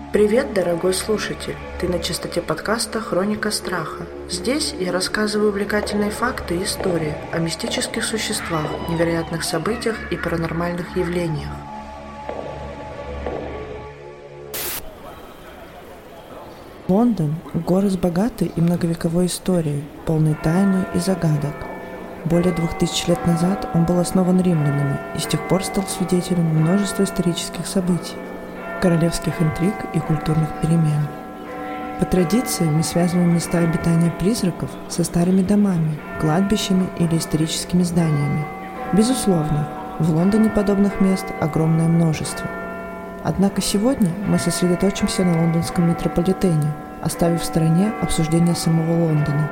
Привет, дорогой слушатель! Ты на частоте подкаста «Хроника страха». Здесь я рассказываю увлекательные факты и истории о мистических существах, невероятных событиях и паранормальных явлениях. Лондон – город с богатой и многовековой историей, полной тайны и загадок. Более 2000 лет назад он был основан римлянами и с тех пор стал свидетелем множества исторических событий, королевских интриг и культурных перемен. По традиции мы связываем места обитания призраков со старыми домами, кладбищами или историческими зданиями. Безусловно, в Лондоне подобных мест огромное множество. Однако сегодня мы сосредоточимся на лондонском метрополитене, оставив в стороне обсуждение самого Лондона.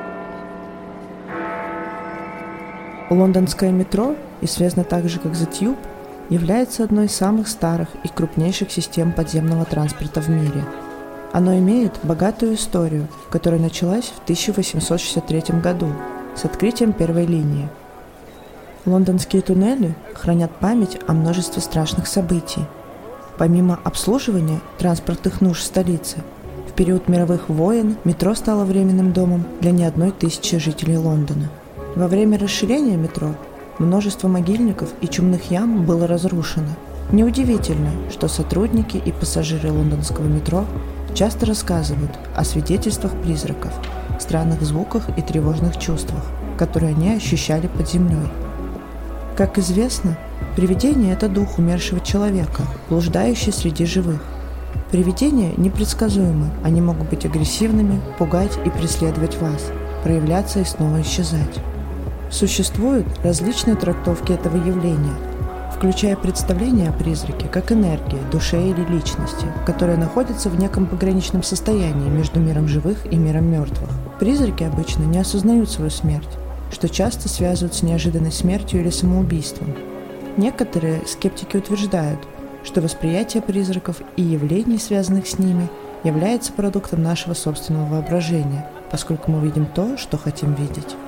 Лондонское метро, известно также как The Tube, является одной из самых старых и крупнейших систем подземного транспорта в мире. Оно имеет богатую историю, которая началась в 1863 году с открытием первой линии. Лондонские туннели хранят память о множестве страшных событий. Помимо обслуживания транспортных нужд столицы, в период мировых войн метро стало временным домом для не одной тысячи жителей Лондона. Во время расширения метро множество могильников и чумных ям было разрушено. Неудивительно, что сотрудники и пассажиры лондонского метро часто рассказывают о свидетельствах призраков, странных звуках и тревожных чувствах, которые они ощущали под землей. Как известно, привидение – это дух умершего человека, блуждающий среди живых. Привидения непредсказуемы, они могут быть агрессивными, пугать и преследовать вас, проявляться и снова исчезать. Существуют различные трактовки этого явления, включая представление о призраке как энергии, душе или личности, которая находится в неком пограничном состоянии между миром живых и миром мертвых. Призраки обычно не осознают свою смерть, что часто связывают с неожиданной смертью или самоубийством. Некоторые скептики утверждают, что восприятие призраков и явлений, связанных с ними, является продуктом нашего собственного воображения, поскольку мы видим то, что хотим видеть.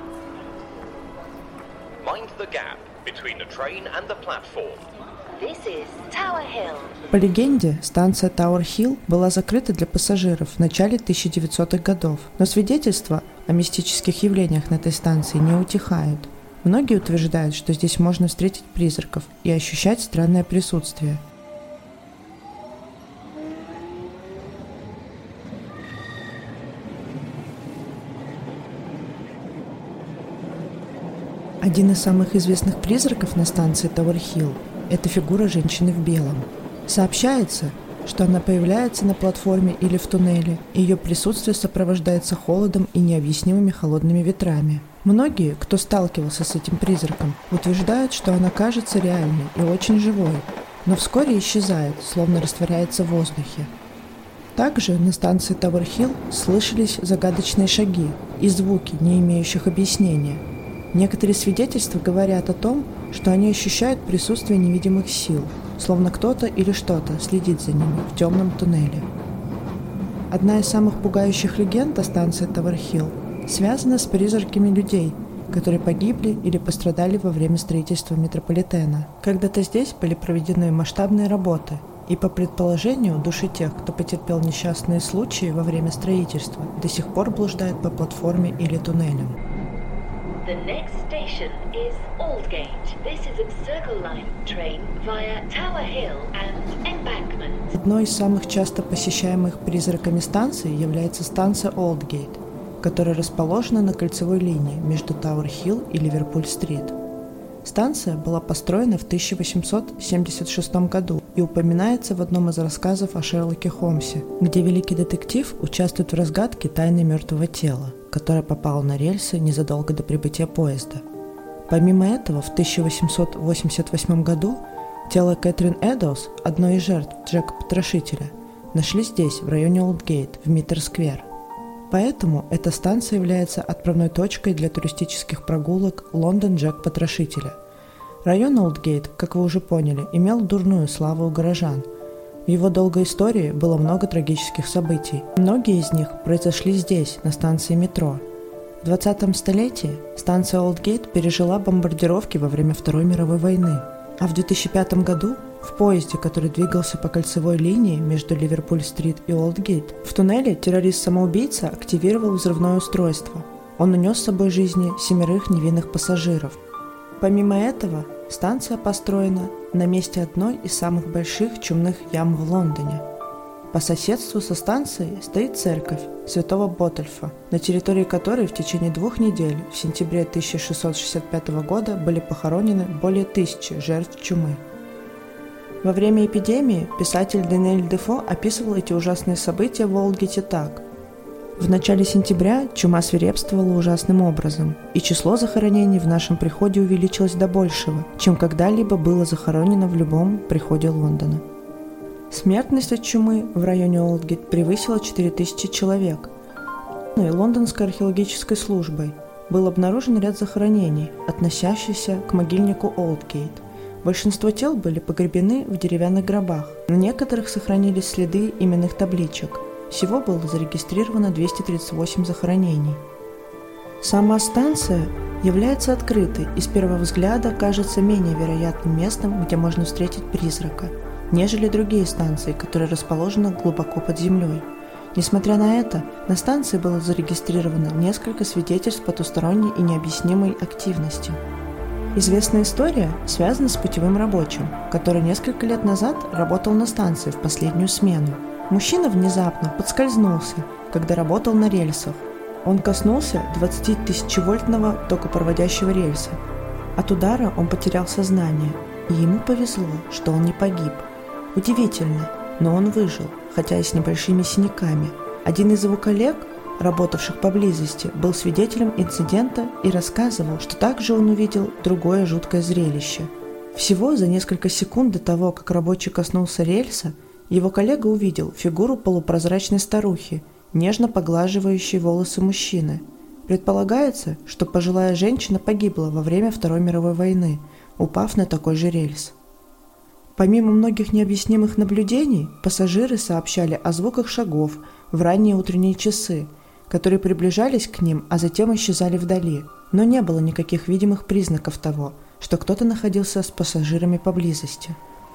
По легенде, станция Тауэр-Хилл была закрыта для пассажиров в начале 1900-х годов, но свидетельства о мистических явлениях на этой станции не утихают. Многие утверждают, что здесь можно встретить призраков и ощущать странное присутствие. Один из самых известных призраков на станции Тауэр-Хилл – это фигура женщины в белом. Сообщается, что она появляется на платформе или в туннеле, и ее присутствие сопровождается холодом и необъяснимыми холодными ветрами. Многие, кто сталкивался с этим призраком, утверждают, что она кажется реальной и очень живой, но вскоре исчезает, словно растворяется в воздухе. Также на станции Тауэр-Хилл слышались загадочные шаги и звуки, не имеющих объяснения. Некоторые свидетельства говорят о том, что они ощущают присутствие невидимых сил, словно кто-то или что-то следит за ними в темном туннеле. Одна из самых пугающих легенд о станции Тауэр-Хилл связана с призраками людей, которые погибли или пострадали во время строительства метрополитена. Когда-то здесь были проведены масштабные работы, и по предположению души тех, кто потерпел несчастные случаи во время строительства, до сих пор блуждают по платформе или туннелям. The next station is Aldgate. This is a Circle Line train via Tower Hill and Embankment. Одной из самых часто посещаемых призраками станций является станция Олдгейт, которая расположена на кольцевой линии между Тауэр-Хилл и Ливерпуль-стрит. Станция была построена в 1876 году и упоминается в одном из рассказов о Шерлоке Холмсе, где великий детектив участвует в разгадке тайны мертвого тела, которое попало на рельсы незадолго до прибытия поезда. Помимо этого, в 1888 году тело Кэтрин Эддоус, одной из жертв Джека-потрошителя, нашли здесь, в районе Олдгейт, в Миттер-сквер. Поэтому эта станция является отправной точкой для туристических прогулок Лондон Джек-потрошителя. Район Олдгейт, как вы уже поняли, имел дурную славу у горожан. В его долгой истории было много трагических событий. Многие из них произошли здесь, на станции метро. В 20 столетии станция Олдгейт пережила бомбардировки во время Второй мировой войны, а в 2005 году в поезде, который двигался по кольцевой линии между Ливерпуль-стрит и Олдгейт. В туннеле террорист-самоубийца активировал взрывное устройство. Он унес с собой жизни 7 невинных пассажиров. Помимо этого, станция построена на месте одной из самых больших чумных ям в Лондоне. По соседству со станцией стоит церковь святого Ботольфа, на территории которой в течение 2 недель в сентябре 1665 года были похоронены более 1000 жертв чумы. Во время эпидемии писатель Даниэль Дефо описывал эти ужасные события в Олдгейте так. В начале сентября чума свирепствовала ужасным образом, и число захоронений в нашем приходе увеличилось до большего, чем когда-либо было захоронено в любом приходе Лондона. Смертность от чумы в районе Олдгейт превысила 4000 человек. И лондонской археологической службой был обнаружен ряд захоронений, относящихся к могильнику Олдгейт. Большинство тел были погребены в деревянных гробах. На некоторых сохранились следы именных табличек. Всего было зарегистрировано 238 захоронений. Сама станция является открытой и с первого взгляда кажется менее вероятным местом, где можно встретить призрака, нежели другие станции, которые расположены глубоко под землей. Несмотря на это, на станции было зарегистрировано несколько свидетельств потусторонней и необъяснимой активности. Известная история связана с путевым рабочим, который несколько лет назад работал на станции в последнюю смену. Мужчина внезапно подскользнулся, когда работал на рельсах. Он коснулся 20-тысячевольтного токопроводящего рельса. От удара он потерял сознание, и ему повезло, что он не погиб. Удивительно, но он выжил, хотя и с небольшими синяками. Один из его коллег, работавших поблизости, был свидетелем инцидента и рассказывал, что также он увидел другое жуткое зрелище. Всего за несколько секунд до того, как рабочий коснулся рельса, его коллега увидел фигуру полупрозрачной старухи, нежно поглаживающей волосы мужчины. Предполагается, что пожилая женщина погибла во время Второй мировой войны, упав на такой же рельс. Помимо многих необъяснимых наблюдений, пассажиры сообщали о звуках шагов в ранние утренние часы, которые приближались к ним, а затем исчезали вдали, но не было никаких видимых признаков того, что кто-то находился с пассажирами поблизости.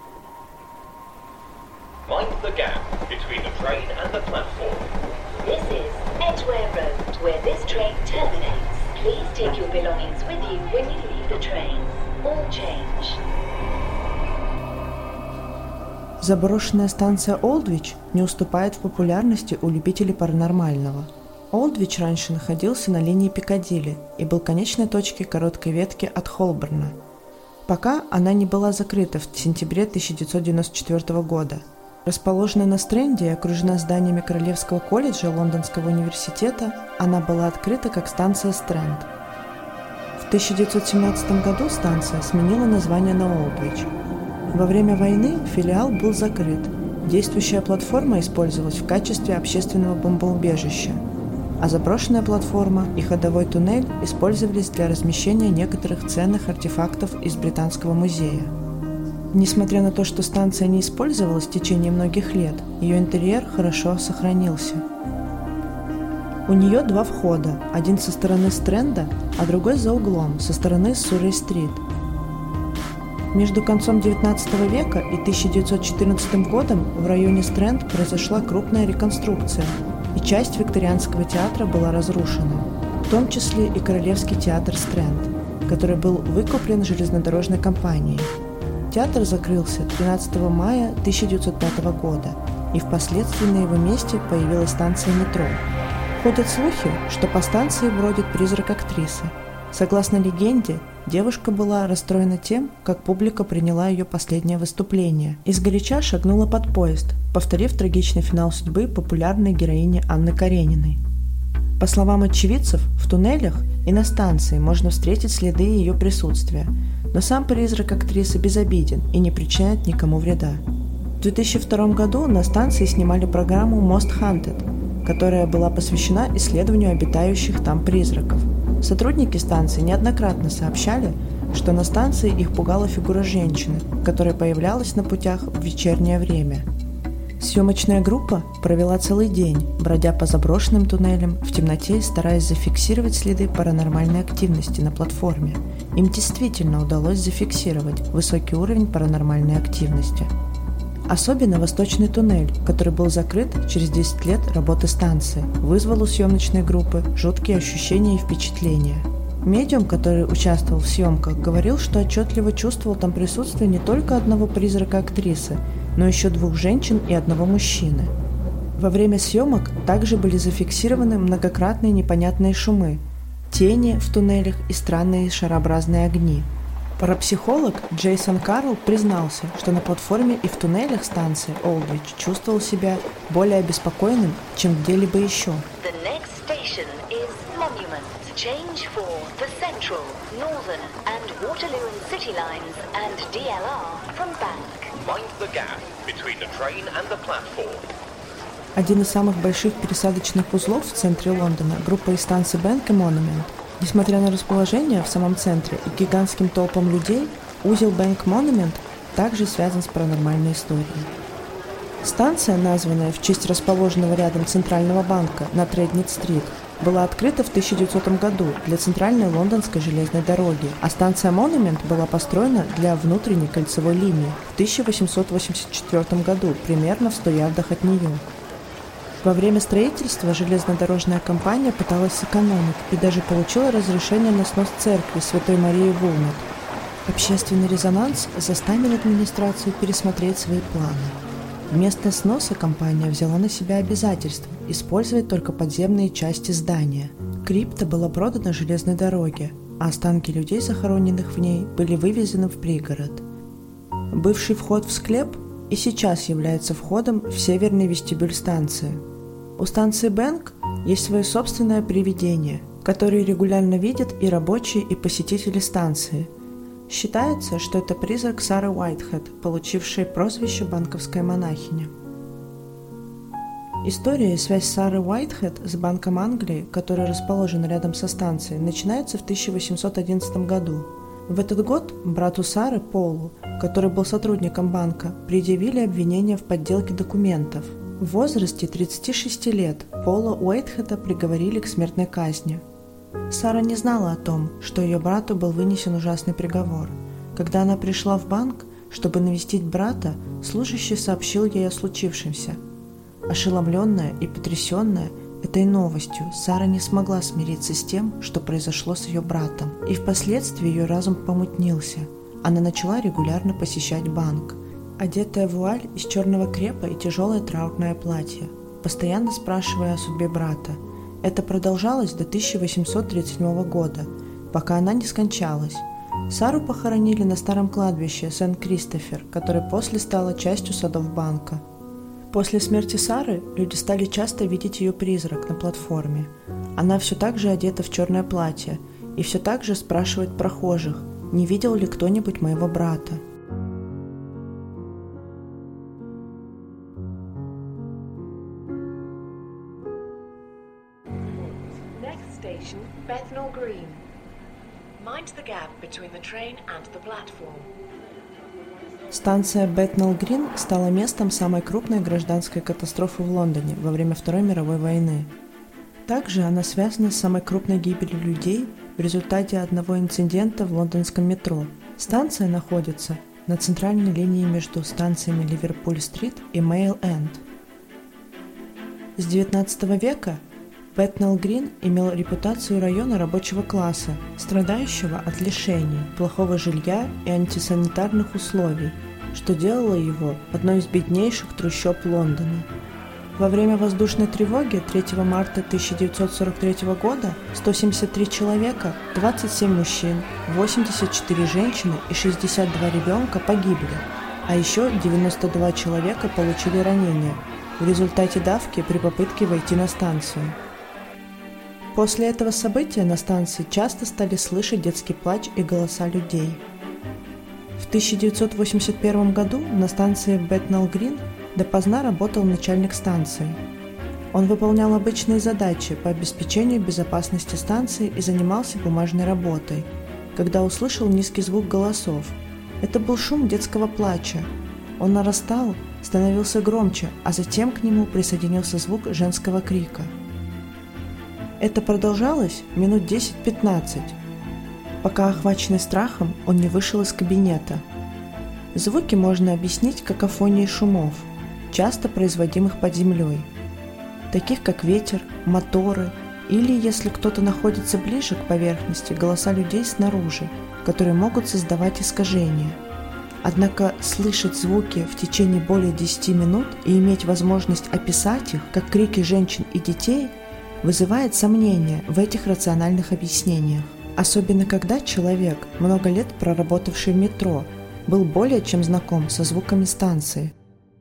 Mind the gap between the train and the platform. This is Edgware Road, where this train terminates. Please take your belongings with you when you leave the train. All change. Заброшенная станция Олдвич не уступает в популярности у любителей паранормального. Олдвич раньше находился на линии Пиккадилли и был конечной точкой короткой ветки от Холборна, пока она не была закрыта в сентябре 1994 года. Расположенная на Стрэнде и окружена зданиями Королевского колледжа Лондонского университета, она была открыта как станция Стрэнд. В 1917 году станция сменила название на Олдвич. Во время войны филиал был закрыт. Действующая платформа использовалась в качестве общественного бомбоубежища, а заброшенная платформа и ходовой туннель использовались для размещения некоторых ценных артефактов из Британского музея. Несмотря на то, что станция не использовалась в течение многих лет, ее интерьер хорошо сохранился. У нее 2 входа, один со стороны Стрэнда, а другой за углом, со стороны Суррей-стрит. Между концом XIX века и 1914 годом в районе Стрэнд произошла крупная реконструкция, и часть Викторианского театра была разрушена, в том числе и Королевский театр Стрэнд, который был выкуплен железнодорожной компанией. Театр закрылся 13 мая 1905 года, и впоследствии на его месте появилась станция метро. Ходят слухи, что по станции бродит призрак актрисы. Согласно легенде, девушка была расстроена тем, как публика приняла ее последнее выступление, и сгоряча шагнула под поезд, повторив трагичный финал судьбы популярной героини Анны Карениной. По словам очевидцев, в туннелях и на станции можно встретить следы ее присутствия, но сам призрак актрисы безобиден и не причиняет никому вреда. В 2002 году на станции снимали программу «Most Haunted», которая была посвящена исследованию обитающих там призраков. Сотрудники станции неоднократно сообщали, что на станции их пугала фигура женщины, которая появлялась на путях в вечернее время. Съемочная группа провела целый день, бродя по заброшенным туннелям в темноте и стараясь зафиксировать следы паранормальной активности на платформе. Им действительно удалось зафиксировать высокий уровень паранормальной активности. Особенно восточный туннель, который был закрыт через 10 лет работы станции, вызвал у съемочной группы жуткие ощущения и впечатления. Медиум, который участвовал в съемках, говорил, что отчетливо чувствовал там присутствие не только одного призрака актрисы, но еще 2 женщин и 1 мужчины. Во время съемок также были зафиксированы многократные непонятные шумы, тени в туннелях и странные шарообразные огни. Парапсихолог Джейсон Карл признался, что на платформе и в туннелях станции Олдрич чувствовал себя более обеспокоенным, чем где-либо еще. The next station is Monument. Change for the Central, Northern and Waterloo and City lines and DLR from Bank. Mind the gap between the train and the platform. Один из самых больших пересадочных узлов в центре Лондона – группа из станций Bank и Monument. Несмотря на расположение в самом центре и гигантским толпам людей, узел Bank Monument также связан с паранормальной историей. Станция, названная в честь расположенного рядом Центрального банка на Трейднит-стрит, была открыта в 1900 году для центральной лондонской железной дороги, а станция Monument была построена для внутренней кольцевой линии в 1884 году, примерно в 100 ярдах от нее. Во время строительства железнодорожная компания пыталась сэкономить и даже получила разрешение на снос церкви Святой Марии Вулнет. Общественный резонанс заставил администрацию пересмотреть свои планы. Вместо сноса компания взяла на себя обязательство использовать только подземные части здания. Крипта была продана железной дороге, а останки людей, захороненных в ней, были вывезены в пригород. Бывший вход в склеп и сейчас является входом в северный вестибюль станции. У станции Bank есть свое собственное привидение, которое регулярно видят и рабочие, и посетители станции. Считается, что это призрак Сары Уайтхед, получившей прозвище «банковская монахиня». История и связь Сары Уайтхед с Банком Англии, который расположен рядом со станцией, начинается в 1811 году. В этот год брату Сары, Полу, который был сотрудником банка, предъявили обвинение в подделке документов. В возрасте 36 лет Пола Уайтхеда приговорили к смертной казни. Сара не знала о том, что ее брату был вынесен ужасный приговор. Когда она пришла в банк, чтобы навестить брата, служащий сообщил ей о случившемся. Ошеломленная и потрясенная этой новостью, Сара не смогла смириться с тем, что произошло с ее братом, и впоследствии ее разум помутнился. Она начала регулярно посещать банк, одетая в вуаль из черного крепа и тяжелое траурное платье, постоянно спрашивая о судьбе брата. Это продолжалось до 1837 года, пока она не скончалась. Сару похоронили на старом кладбище Сент-Кристофер, которое после стало частью садов банка. После смерти Сары люди стали часто видеть ее призрак на платформе. Она все так же одета в черное платье и все так же спрашивает прохожих, не видел ли кто-нибудь моего брата. Station, Bethnal Green. Mind the gap between the train and the platform. Станция Bethnal Green стала местом самой крупной гражданской катастрофы в Лондоне во время Второй мировой войны. Также она связана с самой крупной гибелью людей в результате одного инцидента в лондонском метро. Станция находится на центральной линии между станциями Ливерпуль-стрит и Мейл-энд. С XIX века Bethnal Green имел репутацию района рабочего класса, страдающего от лишений, плохого жилья и антисанитарных условий, что делало его одной из беднейших трущоб Лондона. Во время воздушной тревоги 3 марта 1943 года 173 человека, 27 мужчин, 84 женщины и 62 ребенка погибли, а еще 92 человека получили ранения в результате давки при попытке войти на станцию. После этого события на станции часто стали слышать детский плач и голоса людей. В 1981 году на станции Bethnal Green допоздна работал начальник станции. Он выполнял обычные задачи по обеспечению безопасности станции и занимался бумажной работой, когда услышал низкий звук голосов. Это был шум детского плача. Он нарастал, становился громче, а затем к нему присоединился звук женского крика. Это продолжалось минут 10-15, пока, охваченный страхом, он не вышел из кабинета. Звуки можно объяснить какофонией шумов, часто производимых под землей, таких как ветер, моторы или, если кто-то находится ближе к поверхности, голоса людей снаружи, которые могут создавать искажения. Однако слышать звуки в течение более 10 минут и иметь возможность описать их, как крики женщин и детей, вызывает сомнения в этих рациональных объяснениях. Особенно когда человек, много лет проработавший в метро, был более чем знаком со звуками станции.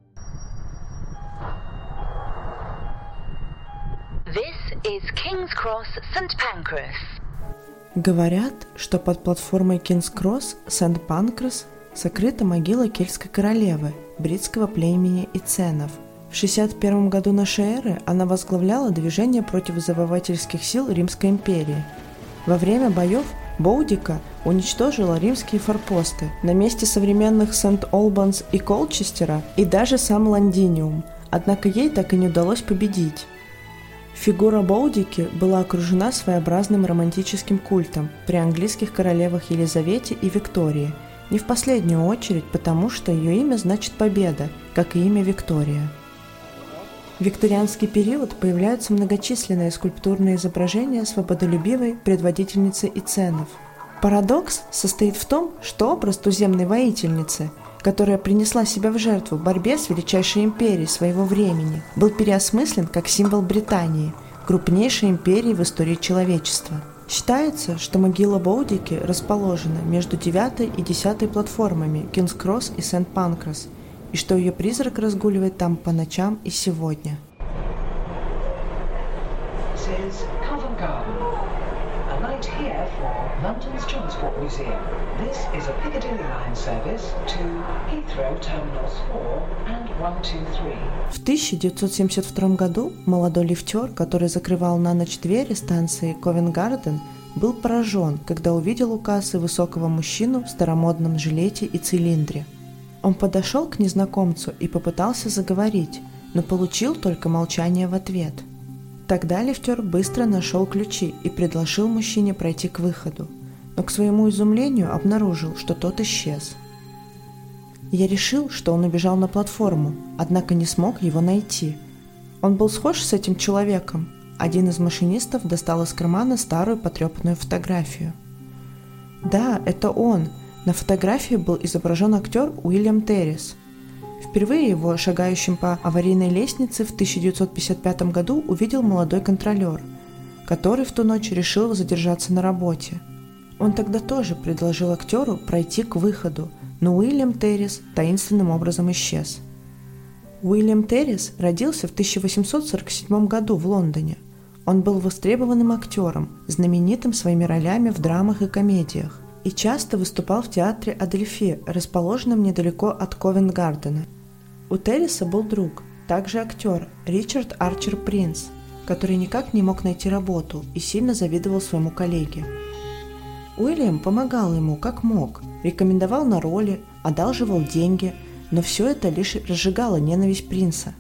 This is King's Cross, St. Pancras. Говорят, что под платформой King's Cross, Сент-Панкрас сокрыта могила кельтской королевы, бритского племени иценов. В 61 году нашей эры она возглавляла движение против завоевательских сил Римской империи. Во время боев Боудика уничтожила римские форпосты на месте современных Сент-Олбанс и Колчестера и даже сам Лондиниум, однако ей так и не удалось победить. Фигура Боудики была окружена своеобразным романтическим культом при английских королевах Елизавете и Виктории, не в последнюю очередь потому, что ее имя значит «победа», как и имя Виктория. В викторианский период появляются многочисленные скульптурные изображения свободолюбивой предводительницы иценов. Парадокс состоит в том, что образ туземной воительницы, которая принесла себя в жертву в борьбе с величайшей империей своего времени, был переосмыслен как символ Британии, крупнейшей империи в истории человечества. Считается, что могила Боудики расположена между 9 и 10 платформами King's Cross и Сент-Панкрас, и что ее призрак разгуливает там по ночам и сегодня. London's Transport Museum. This is a Piccadilly line service to Heathrow Terminals 4 and 123. В 1972 году молодой лифтер, который закрывал на ночь двери станции Ковент-Гарден, был поражен, когда увидел у кассы высокого мужчину в старомодном жилете и цилиндре. Он подошел к незнакомцу и попытался заговорить, но получил только молчание в ответ. Тогда лифтер быстро нашел ключи и предложил мужчине пройти к выходу, но к своему изумлению обнаружил, что тот исчез. Я решил, что он убежал на платформу, однако не смог его найти. Он был схож с этим человеком. Один из машинистов достал из кармана старую потрепанную фотографию. Да, это он. На фотографии был изображен актер Уильям Террис. Впервые его шагающим по аварийной лестнице в 1955 году увидел молодой контролер, который в ту ночь решил задержаться на работе. Он тогда тоже предложил актеру пройти к выходу, но Уильям Террис таинственным образом исчез. Уильям Террис родился в 1847 году в Лондоне. Он был востребованным актером, знаменитым своими ролями в драмах и комедиях, и часто выступал в театре Адельфи, расположенном недалеко от Ковент-Гардена. У Терриса был друг, также актер, Ричард Арчер Принц, который никак не мог найти работу и сильно завидовал своему коллеге. Уильям помогал ему как мог, рекомендовал на роли, одалживал деньги, но все это лишь разжигало ненависть принца.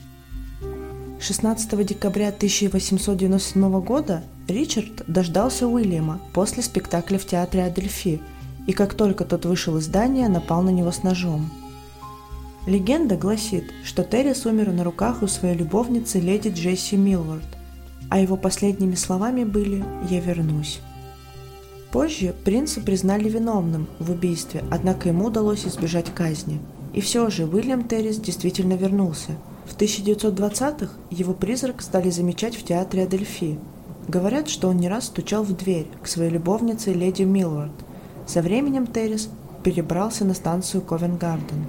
16 декабря 1897 года Ричард дождался Уильяма после спектакля в театре Адельфи, и как только тот вышел из здания, напал на него с ножом. Легенда гласит, что Террис умер на руках у своей любовницы леди Джесси Милвард, а его последними словами были «Я вернусь». Позже принца признали виновным в убийстве, однако ему удалось избежать казни. И все же Уильям Террис действительно вернулся. В 1920-х его призрак стали замечать в театре Адельфи. Говорят, что он не раз стучал в дверь к своей любовнице леди Милвард. Со временем Террис перебрался на станцию Ковент-Гарден.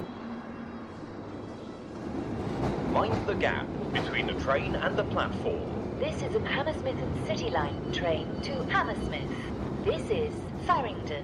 Mind the gap between the train and the platform. This is a Hammersmith and City Line train to Hammersmith. This is Farringdon.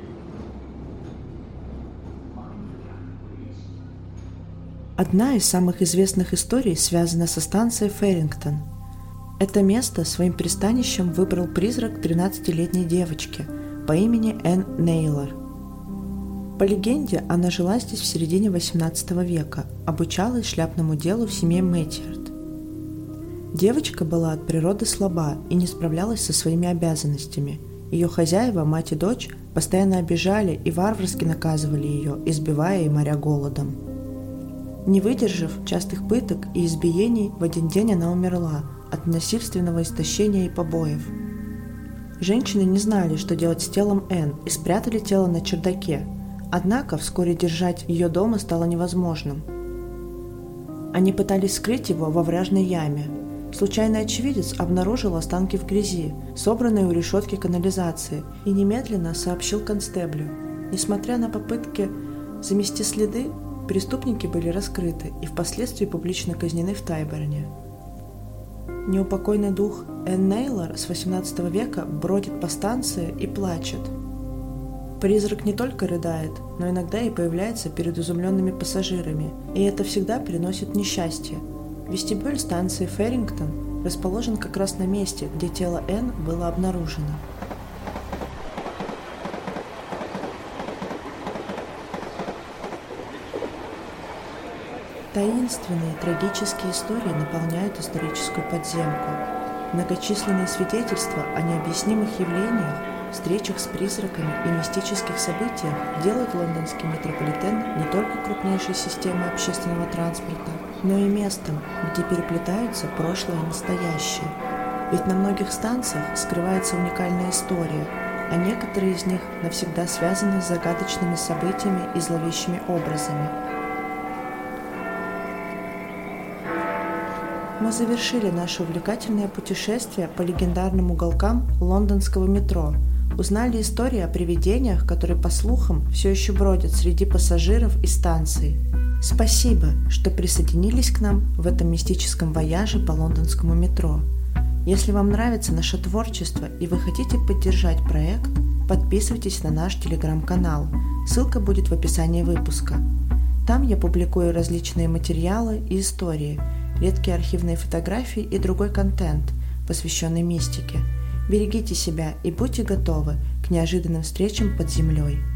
Одна из самых известных историй связана со станцией Фэрингтон. Это место своим пристанищем выбрал призрак 13-летней девочки по имени Энн Нейлор. По легенде, она жила здесь в середине XVIII века, обучалась шляпному делу в семье Мэтьярд. Девочка была от природы слаба и не справлялась со своими обязанностями. Ее хозяева, мать и дочь, постоянно обижали и варварски наказывали ее, избивая и моря голодом. Не выдержав частых пыток и избиений, в один день она умерла от насильственного истощения и побоев. Женщины не знали, что делать с телом Энн, и спрятали тело на чердаке. Однако вскоре держать ее дома стало невозможным. Они пытались скрыть его во вражной яме. Случайный очевидец обнаружил останки в грязи, собранные у решетки канализации, и немедленно сообщил констеблю. Несмотря на попытки замести следы, преступники были раскрыты и впоследствии публично казнены в Тайберне. Неупокойный дух Энн Нейлор с XVIII века бродит по станции и плачет. Призрак не только рыдает, но иногда и появляется перед изумленными пассажирами, и это всегда приносит несчастье. Вестибюль станции Феррингтон расположен как раз на месте, где тело Энн было обнаружено. Таинственные трагические истории наполняют историческую подземку. Многочисленные свидетельства о необъяснимых явлениях, встречах с призраками и мистических событиях делают лондонский метрополитен не только крупнейшей системой общественного транспорта, но и местом, где переплетаются прошлое и настоящее. Ведь на многих станциях скрывается уникальная история, а некоторые из них навсегда связаны с загадочными событиями и зловещими образами. Мы завершили наше увлекательное путешествие по легендарным уголкам лондонского метро, узнали истории о привидениях, которые, по слухам, все еще бродят среди пассажиров и станций. Спасибо, что присоединились к нам в этом мистическом вояже по лондонскому метро. Если вам нравится наше творчество и вы хотите поддержать проект, подписывайтесь на наш телеграм-канал, ссылка будет в описании выпуска. Там я публикую различные материалы и истории, редкие архивные фотографии и другой контент, посвященный мистике. Берегите себя и будьте готовы к неожиданным встречам под землей.